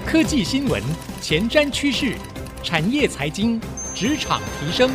科技新闻、前瞻趋势、产业财经、职场提升，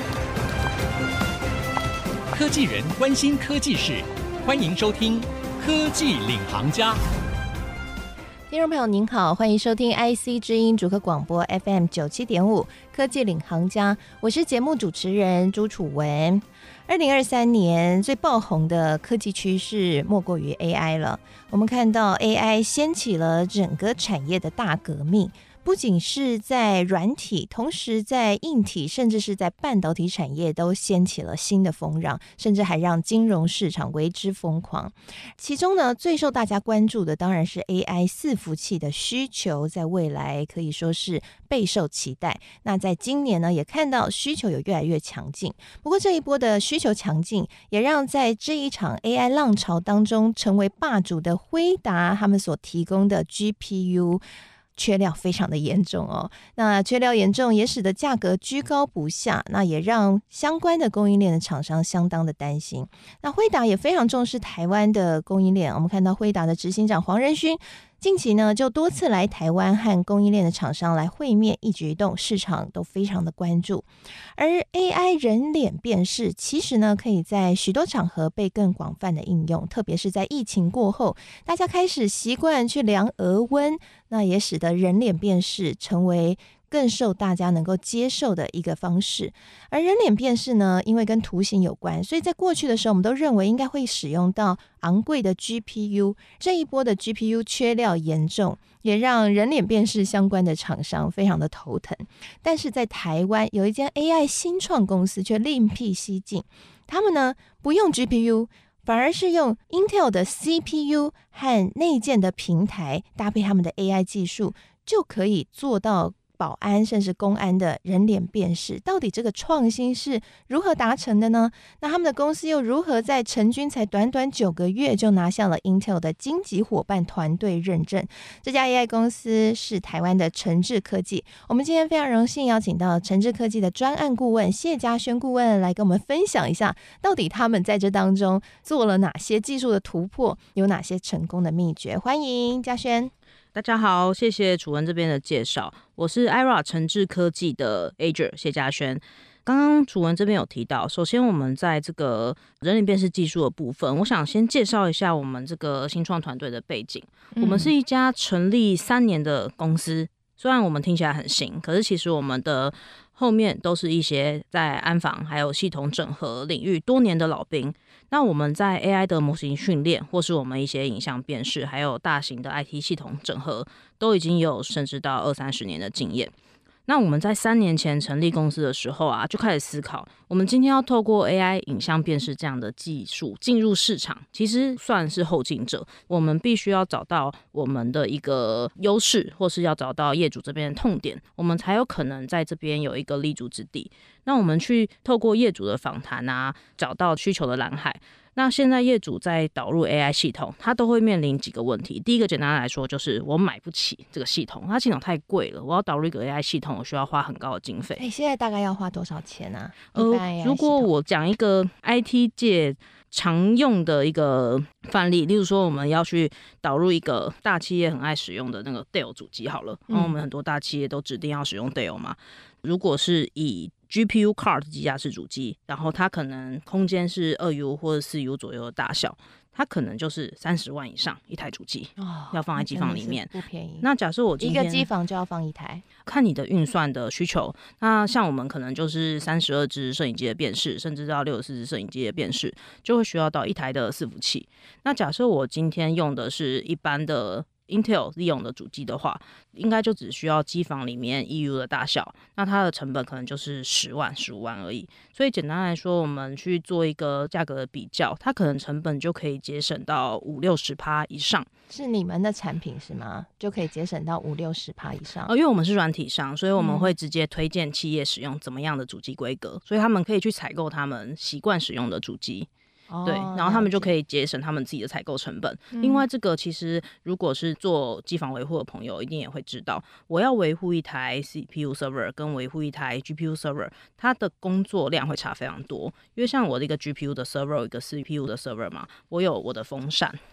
科技人关心科技事，欢迎收听《科技领航家》。 听众朋友您好，欢迎收听 IC 之音主客广播 FM 97.5科技领航家，我是节目主持人朱楚文。2023年最爆红的科技趋势莫过于 AI 了。我们看到 AI 掀起了整个产业的大革命，不仅是在软体，同时在硬体，甚至是在半导体产业都掀起了新的风浪，甚至还让金融市场为之疯狂。其中呢，最受大家关注的当然是 AI 伺服器的需求，在未来可以说是备受期待。那在今年呢，也看到需求有越来越强劲。不过这一波的需求强劲，也让在这一场 AI 浪潮当中成为霸主的辉达，他们所提供的 GPU缺料非常的严重哦。那缺料严重也使得价格居高不下，那也让相关的供应链的厂商相当的担心。那辉达也非常重视台湾的供应链，我们看到辉达的执行长黄仁勋近期呢就多次来台湾和供应链的厂商来会面，一举一动市场都非常的关注。而 AI 人脸辨识其实呢可以在许多场合被更广泛的应用，特别是在疫情过后，大家开始习惯去量额温，那也使得人脸辨识成为更受大家能够接受的一个方式。而人脸辨识呢，因为跟图形有关，所以在过去的时候我们都认为应该会使用到昂贵的 GPU。 这一波的 GPU 缺料严重，也让人脸辨识相关的厂商非常的头疼。但是在台湾有一间 AI 新创公司却另辟蹊径，他们呢不用 GPU，反而是用 Intel 的 CPU 和内建的平台搭配他们的 AI 技术，就可以做到保安甚至公安的人脸辨识。到底这个创新是如何达成的呢？那他们的公司又如何在成军才短短9个月就拿下了 Intel 的金级伙伴团队认证？这家 AI 公司是台湾的诚志科技。我们今天非常荣幸邀请到诚志科技的专案顾问谢嘉轩顾问来跟我们分享一下，到底他们在这当中做了哪些技术的突破，有哪些成功的秘诀。欢迎嘉轩。 大家好，谢谢楚文这边的介绍，我是 IRA 诚志科技的 Agent 谢嘉轩。刚刚楚文这边有提到，首先我们在这个人脸辨识技术的部分，我想先介绍一下我们这个新创团队的背景。我们是一家成立3年的公司，虽然我们听起来很新，可是其实我们的后面都是一些在安防还有系统整合领域多年的老兵。那我们在 AI 的模型训练，或是我们一些影像辨识，还有大型的 IT 系统整合，都已经有甚至到20-30年的经验。那我们在3年前成立公司的时候啊，就开始思考，我们今天要透过 AI 影像辨识这样的技术进入市场，其实算是后进者。我们必须要找到我们的一个优势，或是要找到业主这边的痛点，我们才有可能在这边有一个立足之地。那我们去透过业主的访谈啊，找到需求的蓝海。那现在业主在导入 AI 系统，他都会面临几个问题。第一个简单来说就是我买不起这个系统，它系统太贵了，我要导入一个 AI 系统，我需要花很高的经费。 现在大概要花多少钱啊？ 如果我讲一个 IT 界常用的一个范例，例如说我们要去导入一个大企业很爱使用的那个 Dell 主机好了，然后我们很多大企业都指定要使用 Dell 嘛。如果是以 GPU card 机架式主机，然后它可能空间是2U 或者4U 左右的大小，它可能就是30万以上一台主机，要放在机房里面， 不便宜。 那假设我今天一个机房就要放1台， 看你的运算的需求。那像我们可能就是32支摄影机的辨识，甚至到64支摄影机的辨识，就会需要到1台的伺服器。那假设我今天用的是一般的Intel 利用的主机的话，应该就只需要机房里面 EU 的大小，那它的成本可能就是10万、15万而已。所以简单来说，我们去做一个价格的比较，它可能成本就可以节省到50-60% 以上。 是你们的产品是吗？就可以节省到50-60% 以上？ 因为我们是软体商，所以我们会直接推荐企业使用怎么样的主机规格，所以他们可以去采购他们习惯使用的主机。对，然后他们就可以节省他们自己的采购成本。另外，这个其实如果是做机房维护的朋友，一定也会知道，我要维护一台 CPU server 跟维护一台 GPU server， 它的工作量会差非常多。因为像我的一个 GPU 的 server， 一个 CPU 的 server 嘛，我有我的风扇，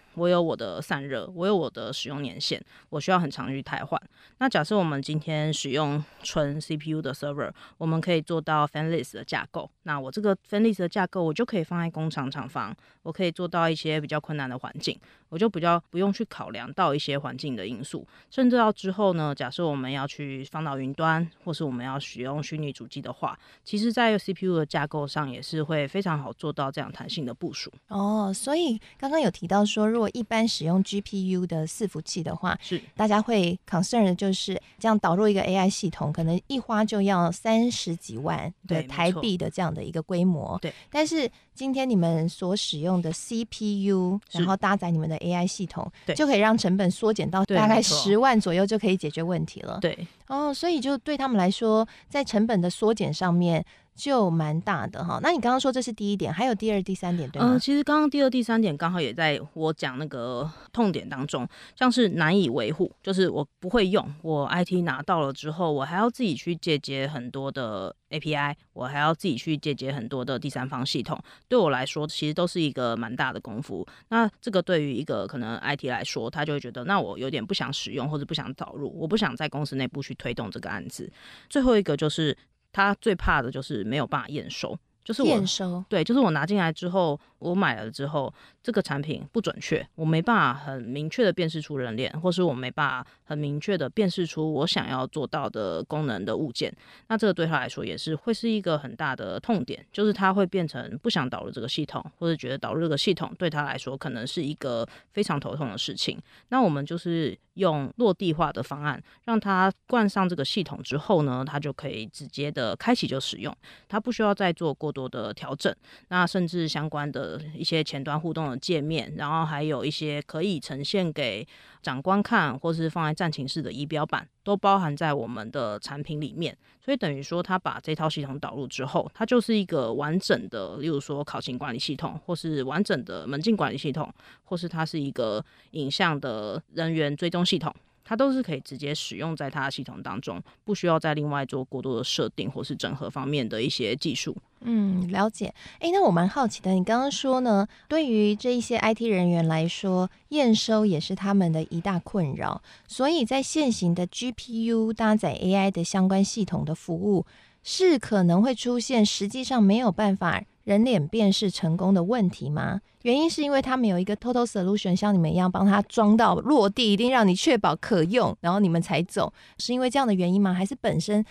我有我的散热，我有我的使用年限，我需要很常去汰换。那假设我们今天使用纯 CPU 的 server， 我们可以做到 fanless 的架构。那我这个 fanless 的架构，我就可以放在工厂厂房，我可以做到一些比较困难的环境，我就比较不用去考量到一些环境的因素。甚至到之后呢，假设我们要去放到云端，或是我们要使用虚拟主机的话，其实在 CPU 的架构上也是会非常好做到这样弹性的部署。 所以刚刚有提到说，如果一般使用 GPU 的伺服器的话， 是大家会 concern 的就是这样导入一个 AI 系统，可能一花就要30几万的台币的这样的一个规模。 对， 但是今天你们所使用的 CPU， 然后搭载你们的 AI 系统，就可以让成本缩减到大概10万左右就可以解决问题了。 对， 所以就对他们来说，在成本的缩减上面就蛮大的哈。那你刚刚说这是第一点，还有第二、第三点对吗？ 其实刚刚第二、第三点刚好也在我讲那个痛点当中，像是难以维护，就是我不会用，我 IT 拿到了之后，我还要自己去借接很多的 API， 我还要自己去借接很多的第三方系统，对我来说其实都是一个蛮大的功夫。那这个对于一个可能 IT 来说，他就会觉得那我有点不想使用或者不想导入，我不想在公司内部去推动这个案子。最后一个就是他最怕的就是没有办法验收，就是验收， 对，就是我拿进来之后，我买了之后，这个产品不准确，我没办法很明确的辨识出人脸，或是我没办法很明确的辨识出我想要做到的功能的物件。那这个对他来说也是会是一个很大的痛点，就是他会变成不想导入这个系统，或者觉得导入这个系统对他来说可能是一个非常头痛的事情。那我们就是用落地化的方案，让他灌上这个系统之后呢，他就可以直接的开启就使用，他不需要再做过多的调整。那甚至相关的一些前端互动的界面，然后还有一些可以呈现给长官看或是放在战情室的仪表板，都包含在我们的产品里面。所以等于说他把这套系统导入之后，它就是一个完整的，例如说考勤管理系统，或是完整的门禁管理系统，或是它是一个影像的人员追踪系统，它都是可以直接使用在它的系统当中，不需要再另外做过多的设定或是整合方面的一些技术。 了解。那我蛮好奇的，你刚刚说呢，对于这一些 IT 人员来说，验收也是他们的一大困扰，所以在现行的 GPU 搭载 AI 的相关系统的服务，是可能会出现实际上没有办法人脸辨识成功的问题吗？原因是因为他们有一个 total solution， 像你们一样帮他装到落地，一定让你确保可用，然后你们才走，是因为这样的原因吗？还是本身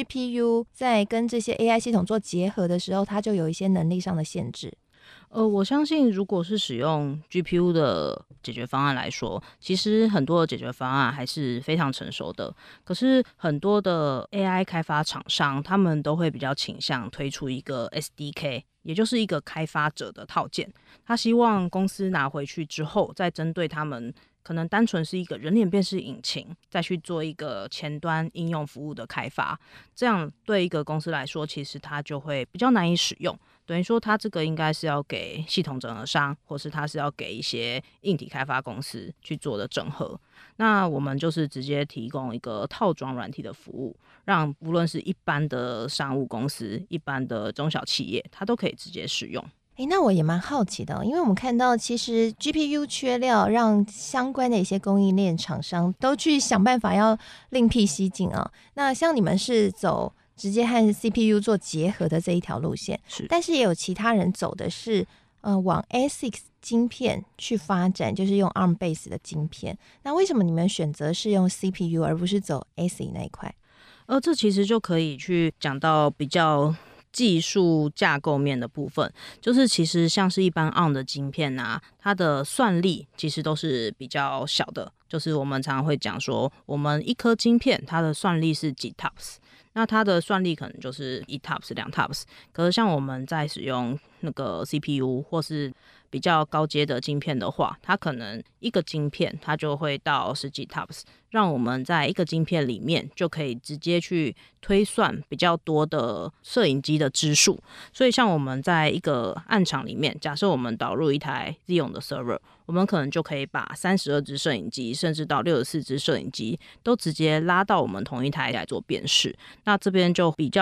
GPU 在跟这些 AI 系统做结合的时候，它就有一些能力上的限制？ 我相信如果是使用 GPU 的解决方案来说，其实很多的解决方案还是非常成熟的。可是很多的 AI 开发厂商，他们都会比较倾向推出一个 SDK， 也就是一个开发者的套件。他希望公司拿回去之后，再针对他们可能单纯是一个人脸辨识引擎，再去做一个前端应用服务的开发。这样对一个公司来说，其实它就会比较难以使用。等于说它这个应该是要给系统整合商，或是它是要给一些硬体开发公司去做的整合。那我们就是直接提供一个套装软体的服务，让无论是一般的商务公司、一般的中小企业，它都可以直接使用。 那我也蛮好奇的，因为我们看到其实 GPU 缺料，让相关的一些供应链厂商都去想办法要另辟蹊径啊。那像你们是走直接和 CPU 做结合的这一条路线，但是也有其他人走的是往 ASIC 晶片去发展，就是用 ARM base 的晶片。那为什么你们选择是用 CPU 而不是走 ASIC 那一块？ 这其实就可以去讲到比较技术架构面的部分，就是其实像是一般 ARM 的晶片啊，它的算力其实都是比较小的，就是我们常常会讲说，我们一颗晶片它的算力是几 TOPS， 那它的算力可能就是1 TOPS 2 TOPS， 可是像我们在使用那个 CPU 或是比较高阶的晶片的话，它可能一个晶片它就会到10几 TOPS， 让我们在一个晶片里面就可以直接去推算比较多的摄影机的支数。所以像我们在一个案场里面，假设我们导入一台 Xeon 的 server， 我们可能就可以把32支摄影机甚至到64支摄影机都直接拉到我们同一台来做辨识。那这边就比较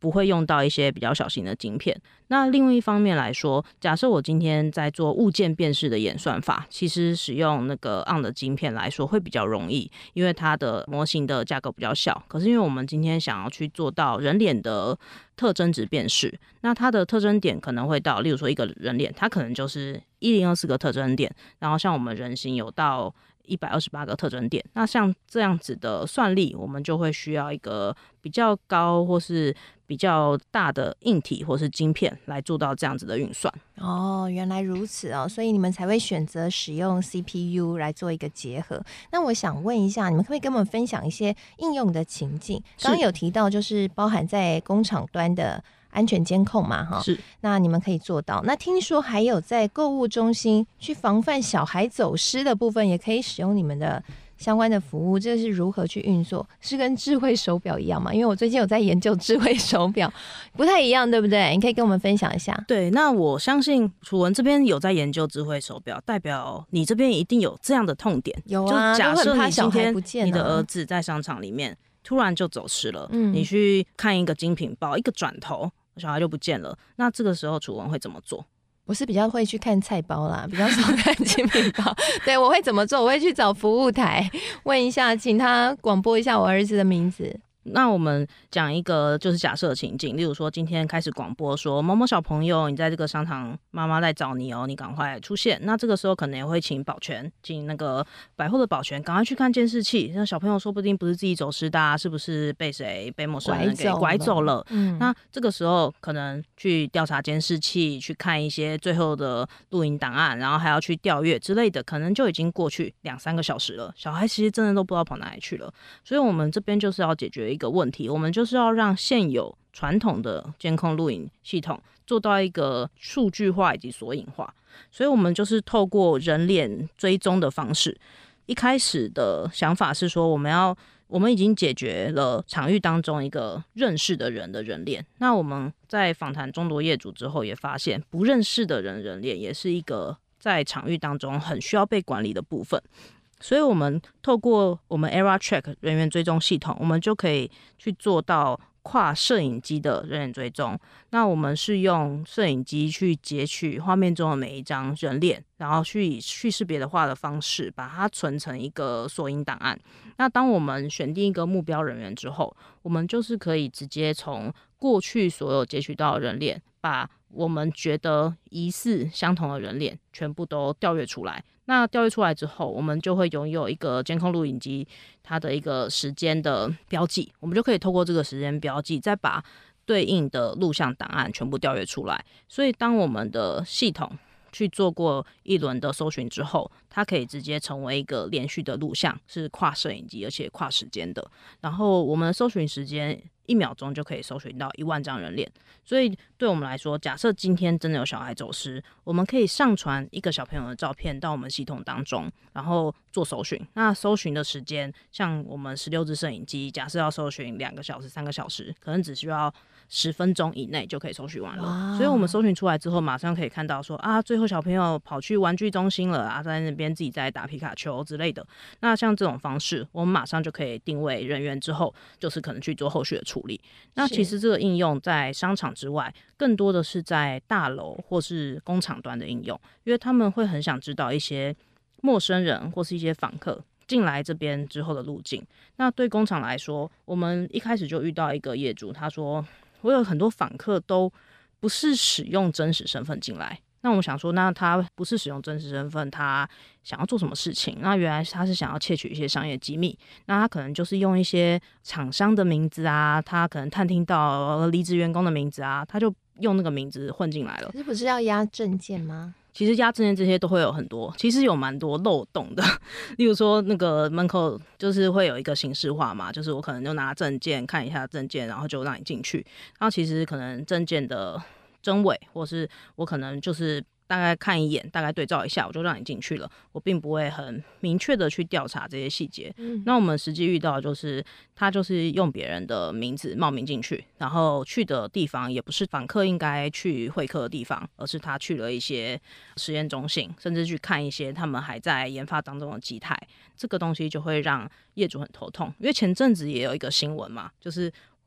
不会用到一些比较小型的晶片。那另外一方面来说，假设我今天在做物件辨识的演算法，其实使用那个 ARM 的晶片来说会比较容易，因为它的模型的架构比较小。可是因为我们今天想要去做到人脸的特征值辨识，那它的特征点可能会到，例如说一个人脸，它可能就是1024个特征点，然后像我们人形有到128个特征点。那像这样子的算力，我们就会需要一个比较高或是比较大的硬体或是晶片来做到这样子的运算。 哦，原来如此哦，所以你们才会选择使用 CPU 来做一个结合。那我想问一下，你们可不可以跟我们分享一些应用的情境？刚刚有提到就是包含在工厂端的安全监控嘛，哈， 是， 那你们可以做到。那听说还有在购物中心去防范小孩走失的部分，也可以使用你们的相关的服务，这是如何去运作？是跟智慧手表一样吗？因为我最近有在研究智慧手表，不太一样，对不对？你可以跟我们分享一下。 对，那我相信楚文这边有在研究智慧手表，代表你这边一定有这样的痛点。 有啊， 就假设你今天你的儿子在商场里面突然就走失了，你嗯， 去看一个精品包，一个转头小孩就不见了，那这个时候楚文会怎么做？ 我是比较会去看菜包啦，比较少看精品包。对，我会怎么做？我会去找服务台问一下，请他广播一下我儿子的名字。 那我们讲一个就是假设情境，例如说今天开始广播说某某小朋友，你在这个商场，妈妈在找你哦，你赶快出现。那这个时候可能也会请保全，请那个百货的保全赶快去看监视器。那小朋友说不定不是自己走失的啊，是不是被陌生人给拐走了？那这个时候可能去调查监视器，去看一些最后的录影档案，然后还要去调阅之类的，可能就已经过去2-3个小时了。小孩其实真的都不知道跑哪里去了。所以我们这边就是要解决一个问题，我们就是要让现有传统的监控录影系统做到一个数据化以及索引化，所以我们就是透过人脸追踪的方式。一开始的想法是说，我们已经解决了场域当中一个认识的人的人脸，那我们在访谈众多业主之后也发现，不认识的人人脸也是一个在场域当中很需要被管理的部分。所以我们透过我们 ERA-Track 人员追踪系统，我们就可以去做到跨摄影机的人脸追踪。那我们是用摄影机去截取画面中的每一张人脸，然后去以去识别的化的方式把它存成一个索引档案。那当我们选定一个目标人员之后，我们就是可以直接从过去所有截取到的人脸，把我们觉得疑似相同的人脸全部都调阅出来。那调阅出来之后，我们就会拥有一个监控录影机它的一个时间的标记，我们就可以透过这个时间标记，再把对应的录像档案全部调阅出来。所以当我们的系统去做过一轮的搜寻之后，它可以直接成为一个连续的录像，是跨摄影机而且跨时间的。然后我们的搜寻时间1秒钟就可以搜寻到1万张人脸。所以对我们来说，假设今天真的有小孩走失，我们可以上传一个小朋友的照片到我们系统当中，然后做搜寻。那搜寻的时间，像我们16支摄影机，假设要搜寻2个小时、3个小时，可能只需要10分钟以内就可以搜寻完了。所以我们搜寻出来之后，马上可以看到说啊，最后小朋友跑去玩具中心了啊，在那边自己在打皮卡丘之类的。那像这种方式，我们马上就可以定位人员之后，就是可能去做后续的处理。那其实这个应用在商场之外，更多的是在大楼或是工厂端的应用，因为他们会很想知道一些陌生人或是一些访客进来这边之后的路径。那对工厂来说，我们一开始就遇到一个业主，他说我有很多访客都不是使用真实身份进来。那我们想说，那他不是使用真实身份，他想要做什么事情？那原来他是想要窃取一些商业机密。那他可能就是用一些厂商的名字啊，他可能探听到离职员工的名字啊，他就用那个名字混进来了。 可是不是要压证件吗？ 其实压证件这些都会有很多，其实有蛮多漏洞的。例如说那个门口就是会有一个形式化嘛，就是我可能就拿证件看一下证件，然后就让你进去。然后其实可能证件的真伪，或是我可能就是大概看一眼，大概对照一下，我就让你进去了。我并不会很明确的去调查这些细节。那我们实际遇到的就是他就是用别人的名字冒名进去，然后去的地方也不是访客应该去会客的地方，而是他去了一些实验中心，甚至去看一些他们还在研发当中的机台。这个东西就会让业主很头痛，因为前阵子也有一个新闻嘛，就是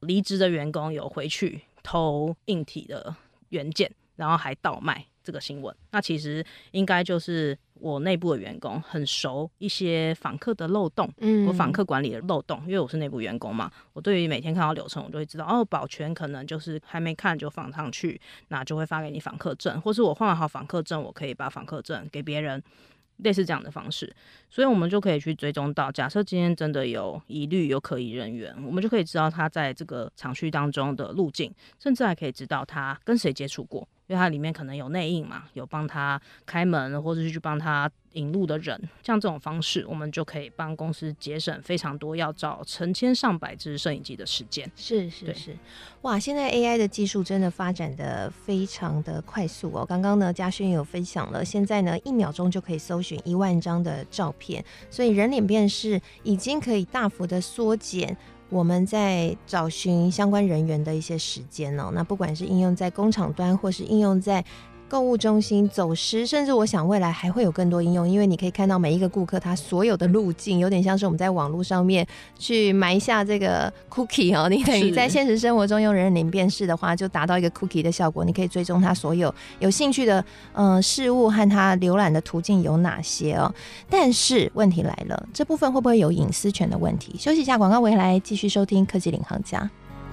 离职的员工有回去偷硬体的元件，然后还倒卖这个新闻。那其实应该就是我内部的员工很熟一些访客的漏洞，我访客管理的漏洞，因为我是内部员工嘛，我对于每天看到流程，我就会知道保全可能就是还没看就放上去，那就会发给你访客证，或是我换好访客证，我可以把访客证给别人，类似这样的方式。所以我们就可以去追踪到，假设今天真的有疑虑有可疑人员，我们就可以知道他在这个厂区当中的路径，甚至还可以知道他跟谁接触过，因为它里面可能有内应嘛，有帮他开门或者是去帮他引路的人，像这种方式我们就可以帮公司节省非常多要找成千上百只摄影机的时间。 是，哇，现在 AI 的技术真的发展的非常的快速哦。刚刚呢嘉轩有分享了，现在呢1秒钟就可以搜寻1万张的照片，所以人脸辨识已经可以大幅的缩减我们在找寻相关人员的一些时间哦。那不管是应用在工厂端，或是应用在购物中心走失，甚至我想未来还会有更多应用，因为你可以看到每一个顾客他所有的路径，有点像是我们在网络上面去埋下这个 cookie 哦。你等于在现实生活中用人脸辨识的话，就达到一个 cookie 的效果，你可以追踪他所有有兴趣的事物和他浏览的途径有哪些哦。但是问题来了，这部分会不会有隐私权的问题？休息一下，广告回来继续收听科技领航家。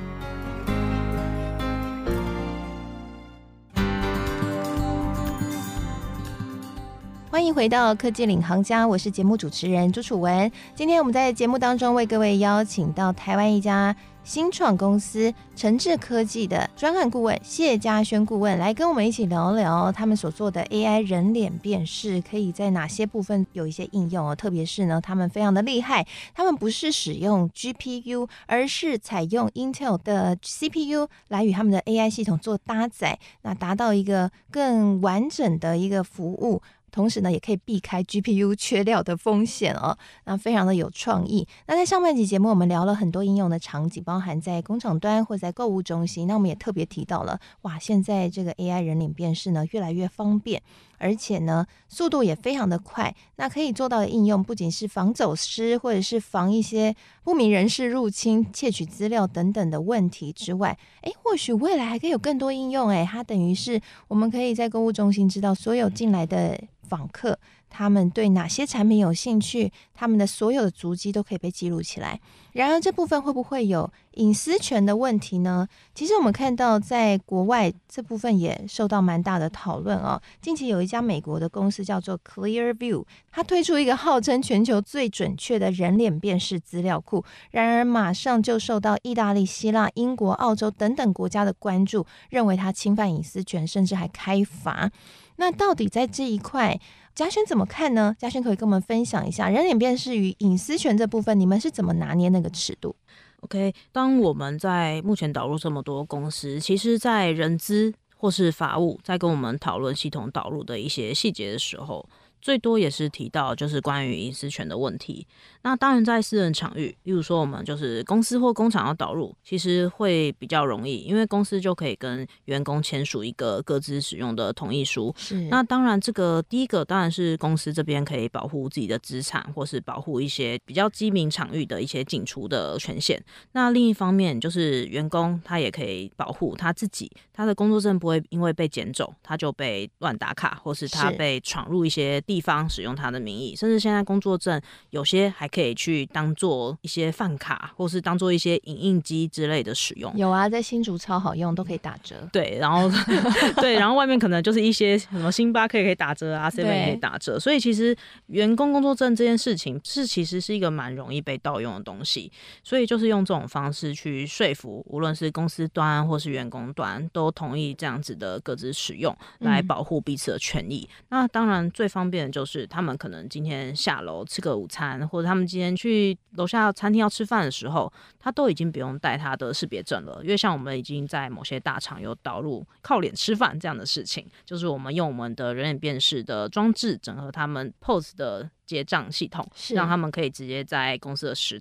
欢迎回到科技领航家，我是节目主持人朱楚文。今天我们在节目当中为各位邀请到台湾一家新创公司诚志科技的专案顾问谢嘉轩顾问，来跟我们一起聊聊他们所做的 AI 人脸辨识可以在哪些部分有一些应用哦。特别是呢，他们非常的厉害，他们不是使用 GPU， 而是采用 Intel 的 CPU 来与他们的 AI 系统做搭载，那达到一个更完整的一个服务，同时呢也可以避开 GPU 缺料的风险哦，那非常的有创意。那在上半集节目我们聊了很多应用的场景，包含在工厂端或在购物中心，那我们也特别提到了，哇，现在这个 AI 人脸辨识呢越来越方便，而且呢速度也非常的快，那可以做到的应用不仅是防走失，或者是防一些不明人士入侵窃取资料等等的问题之外，或许未来还可以有更多应用。它等于是我们可以在购物中心知道所有进来的访客他们对哪些产品有兴趣，他们的所有的足迹都可以被记录起来。然而这部分会不会有隐私权的问题呢？其实我们看到在国外这部分也受到蛮大的讨论哦。近期有一家美国的公司叫做 Clearview， 它推出一个号称全球最准确的人脸辨识资料库，然而马上就受到意大利、希腊、英国、澳洲等等国家的关注，认为它侵犯隐私权，甚至还开罚。那到底在这一块嘉轩怎么看呢？嘉轩可以跟我们分享一下人脸辨识与隐私权这部分，你们是怎么拿捏那个尺度？ OK， 当我们在目前导入这么多公司，其实在人资或是法务在跟我们讨论系统导入的一些细节的时候，最多也是提到就是关于隐私权的问题。那当然在私人场域，例如说我们就是公司或工厂要导入，其实会比较容易，因为公司就可以跟员工签署一个各自使用的同意书。 是， 那当然这个第一个当然是公司这边可以保护自己的资产，或是保护一些比较机敏场域的一些进出的权限。那另一方面就是员工他也可以保护他自己，他的工作证不会因为被捡走他就被乱打卡，或是他被闯入一些地方使用他的名义，甚至现在工作证有些还可以去当做一些饭卡，或是当做一些影印机之类的使用。 有啊，在新竹超好用，都可以打折。 对，然后对，然后外面可能就是一些什么星巴克可以打折啊 ，7 也可以打折。所以其实员工工作证这件事情其实是一个蛮容易被盗用的东西，所以就是用这种方式去说服，无论是公司端或是员工端都同意这样子的各自使用，来保护彼此的权益。那当然最方便的就是他们可能今天下楼吃个午餐，或者他们今天去楼下餐厅要吃饭的时候，他都已经不用带他的识别证了。因为像我们已经在某些大厂有导入靠脸吃饭这样的事情，就是我们用我们的人脸辨识的装置整合他们 POS 的结账系统，让他们可以直接在公司的食堂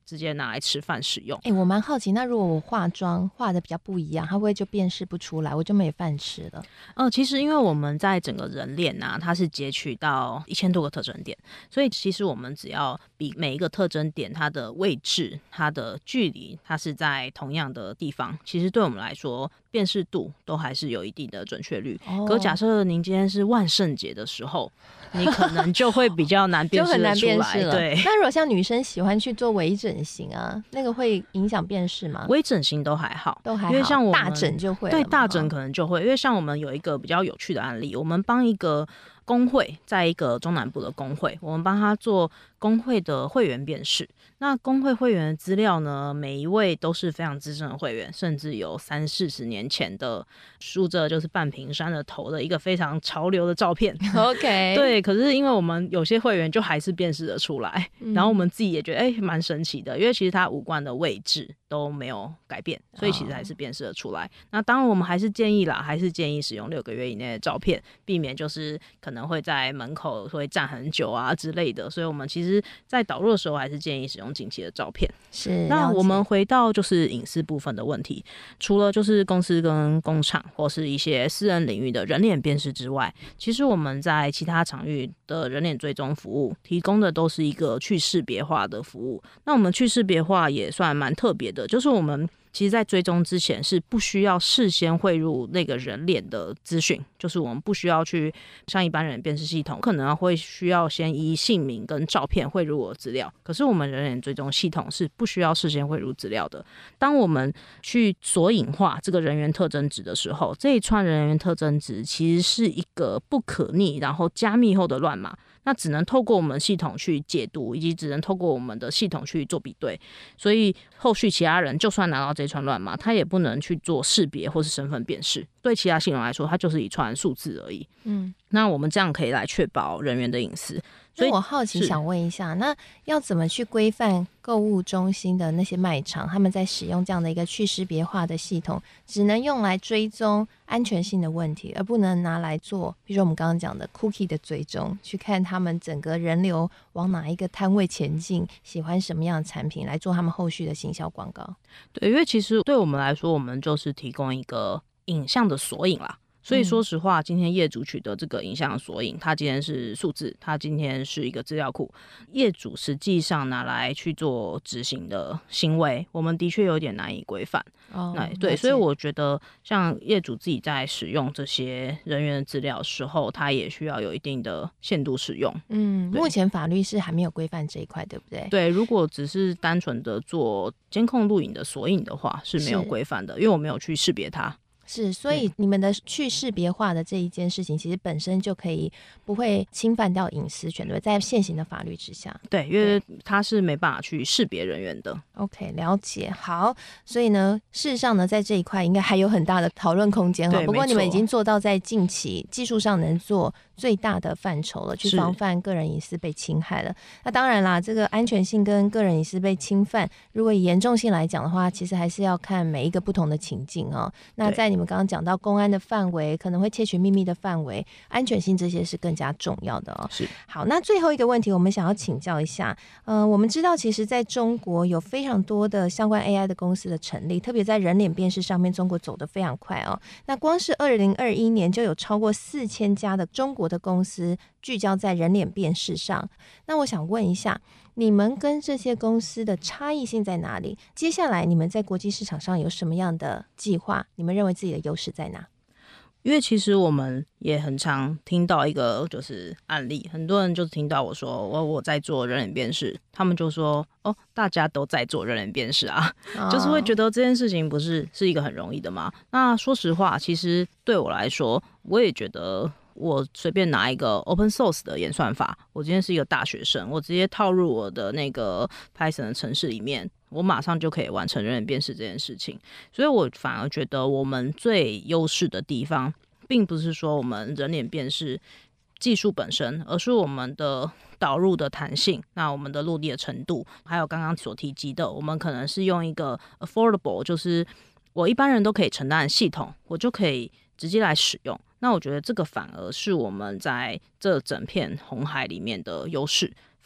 直接拿来吃饭使用。 我蛮好奇，那如果我化妆化的比较不一样，它会不会就辨识不出来，我就没饭吃了？ 其实因为我们在整个人脸啊，它是截取到1000多个特征点，所以其实我们只要比每一个特征点它的位置、它的距离，它是在同样的地方，其实对我们来说辨识度都还是有一定的准确率。可假设您今天是万圣节的时候，你可能就会比较难辨识得出来。就很难辨识了。 对，那如果像女生喜欢去做微整形啊，那个会影响辨识吗？ 微整形都还好， 因为像我们大整就会了。 对，大整可能就会，因为像我们有一个比较有趣的案例，我们帮一个工会，在一个中南部的工会，我们帮他做工会的会员辨识。那工会会员的资料呢，每一位都是非常资深的会员，甚至有30-40年前的梳着就是半屏山的头的一个非常潮流的照片。 OK， 对，可是因为我们有些会员就还是辨识得出来，然后我们自己也觉得蛮神奇的，因为其实他五官的位置都没有改变，所以其实还是辨识得出来。那当然我们还是建议使用6个月以内的照片，避免就是可能会在门口会站很久啊之类的，所以我们其实在导入的时候还是建议使用近期的照片。 是， 那我们回到就是隐私部分的问题，除了就是公司跟工厂或是一些私人领域的人脸辨识之外，其实我们在其他场域的人脸追踪服务提供的都是一个去识别化的服务。那我们去识别化也算蛮特别的，就是我们其实在追踪之前是不需要事先汇入那个人脸的资讯，就是我们不需要去像一般人辨识系统可能会需要先依姓名跟照片汇入我的资料，可是我们人脸追踪系统是不需要事先汇入资料的。当我们去索引化这个人员特征值的时候，这一串人员特征值其实是一个不可逆然后加密后的乱码，那只能透过我们系统去解读，以及只能透过我们的系统去做比对，所以后续其他人就算拿到这串乱码，他也不能去做识别或是身份辨识，对其他系统来说它就是一串数字而已。那我们这样可以来确保人员的隐私。所以我好奇想问一下，那要怎么去规范购物中心的那些卖场，他们在使用这样的一个去识别化的系统，只能用来追踪安全性的问题，而不能拿来做比如说我们刚刚讲的 cookie 的追踪，去看他们整个人流往哪一个摊位前进，喜欢什么样的产品，来做他们后续的行销广告。 对，因为其实对我们来说，我们就是提供一个影像的索引啦。所以说实话，今天业主取得这个影像索引，它今天是数字，它今天是一个资料库，业主实际上拿来去做执行的行为，我们的确有点难以规范。对，所以我觉得像业主自己在使用这些人员的资料的时候，他也需要有一定的限度使用。 目前法律是还没有规范这一块，对不对？ 对，如果只是单纯的做监控录影的索引的话，是没有规范的，因为我没有去识别它。 是，所以你们的去识别化的这一件事情，其实本身就可以不会侵犯掉隐私权，对不对？在现行的法律之下， 对，因为它是没办法去识别人员的。 OK， 了解。好，所以呢，事实上呢，在这一块应该还有很大的讨论空间哈。不过你们已经做到在近期技术上能做最大的范畴了，去防范个人隐私被侵害了。那当然啦，这个安全性跟个人隐私被侵犯，如果以严重性来讲的话，其实还是要看每一个不同的情境哦。那在你们刚刚讲到公安的范围，可能会窃取秘密的范围，安全性这些是更加重要的哦。 是。 好，那最后一个问题，我们想要请教一下，我们知道其实在中国有非常多的相关 AI 的公司的成立，特别在人脸辨识上面，中国走得非常快哦。那光是2021年就有超过4000家的中国的公司聚焦在人脸辨识上。那我想问一下，你们跟这些公司的差异性在哪里？接下来你们在国际市场上有什么样的计划？你们认为自己的优势在哪？ 因为其实我们也很常听到一个就是案例，很多人就听到我说我在做人脸辨识，他们就说大家都在做人脸辨识啊，就是会觉得这件事情不是一个很容易的嘛。那说实话，其实对我来说，我也觉得我随便拿一个 open source 的演算法，我今天是一个大学生，我直接套入我的那个 Python 的程式里面，我马上就可以完成人脸辨识这件事情。所以我反而觉得我们最优势的地方并不是说我们人脸辨识技术本身，而是我们的导入的弹性，那我们的落地的程度，还有刚刚所提及的，我们可能是用一个 affordable， 就是我一般人都可以承担的系统，我就可以直接来使用。那我觉得这个反而是我们在这整片红海里面的优势，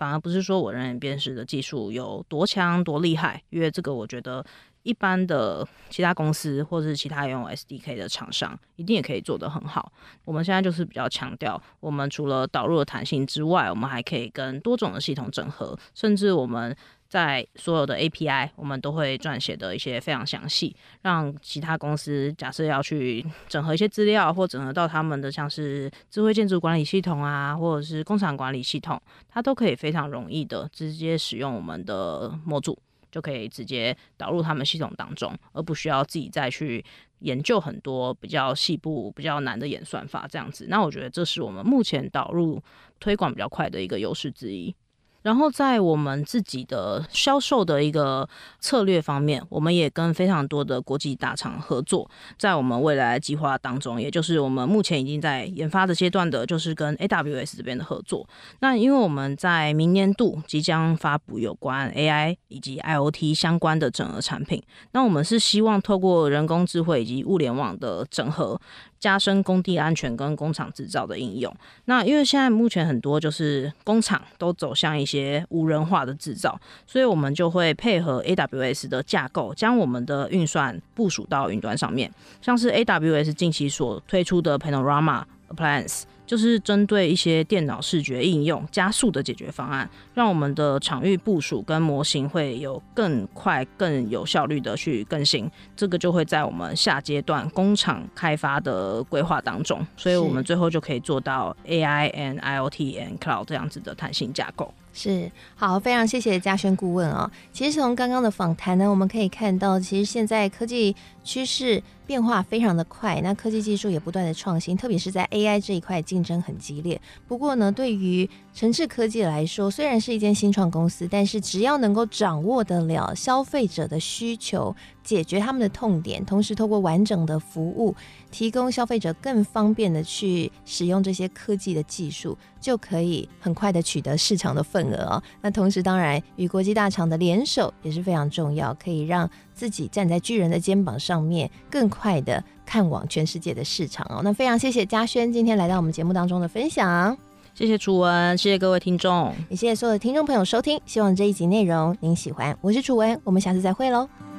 反而不是说我人脸辨识的技术有多强多厉害，因为这个我觉得一般的其他公司或是其他拥有 SDK 的厂商一定也可以做得很好。我们现在就是比较强调，我们除了导入的弹性之外，我们还可以跟多种的系统整合，甚至我们在所有的 API 我们都会撰写的一些非常详细，让其他公司假设要去整合一些资料或整合到他们的像是智慧建筑管理系统啊，或者是工厂管理系统，它都可以非常容易的直接使用我们的模组，就可以直接导入他们系统当中，而不需要自己再去研究很多比较细部比较难的演算法这样子。那我觉得这是我们目前导入推广比较快的一个优势之一。然后在我们自己的销售的一个策略方面，我们也跟非常多的国际大厂合作，在我们未来的计划当中，也就是我们目前已经在研发的阶段的，就是跟 AWS 这边的合作。那因为我们在明年度即将发布有关 AI 以及 IoT 相关的整合产品，那我们是希望透过人工智慧以及物联网的整合，加深工地安全跟工厂制造的应用。那因为现在目前很多就是工厂都走向一些无人化的制造，所以我们就会配合 AWS 的架构，将我们的运算部署到云端上面。像是 AWS 近期所推出的 Panorama Appliance，就是针对一些电脑视觉应用加速的解决方案，让我们的场域部署跟模型会有更快更有效率的去更新，这个就会在我们下阶段工厂开发的规划当中，所以我们最后就可以做到 AI and IoT and Cloud 这样子的弹性架构。 是，好，非常谢谢嘉轩顾问哦。其实从刚刚的访谈呢，我们可以看到，其实现在科技趋势变化非常的快，那科技技术也不断的创新，特别是在 AI 这一块竞争很激烈。不过呢，对于诚志科技来说，虽然是一间新创公司，但是只要能够掌握得了消费者的需求，解决他们的痛点，同时透过完整的服务，提供消费者更方便的去使用这些科技的技术，就可以很快的取得市场的份额哦。那同时当然与国际大厂的联手也是非常重要，可以让自己站在巨人的肩膀上面，更快的看往全世界的市场哦。那非常谢谢嘉轩今天来到我们节目当中的分享， 谢谢楚文，谢谢各位听众， 也谢谢所有的听众朋友收听，希望这一集内容您喜欢。我是楚文，我们下次再会喽。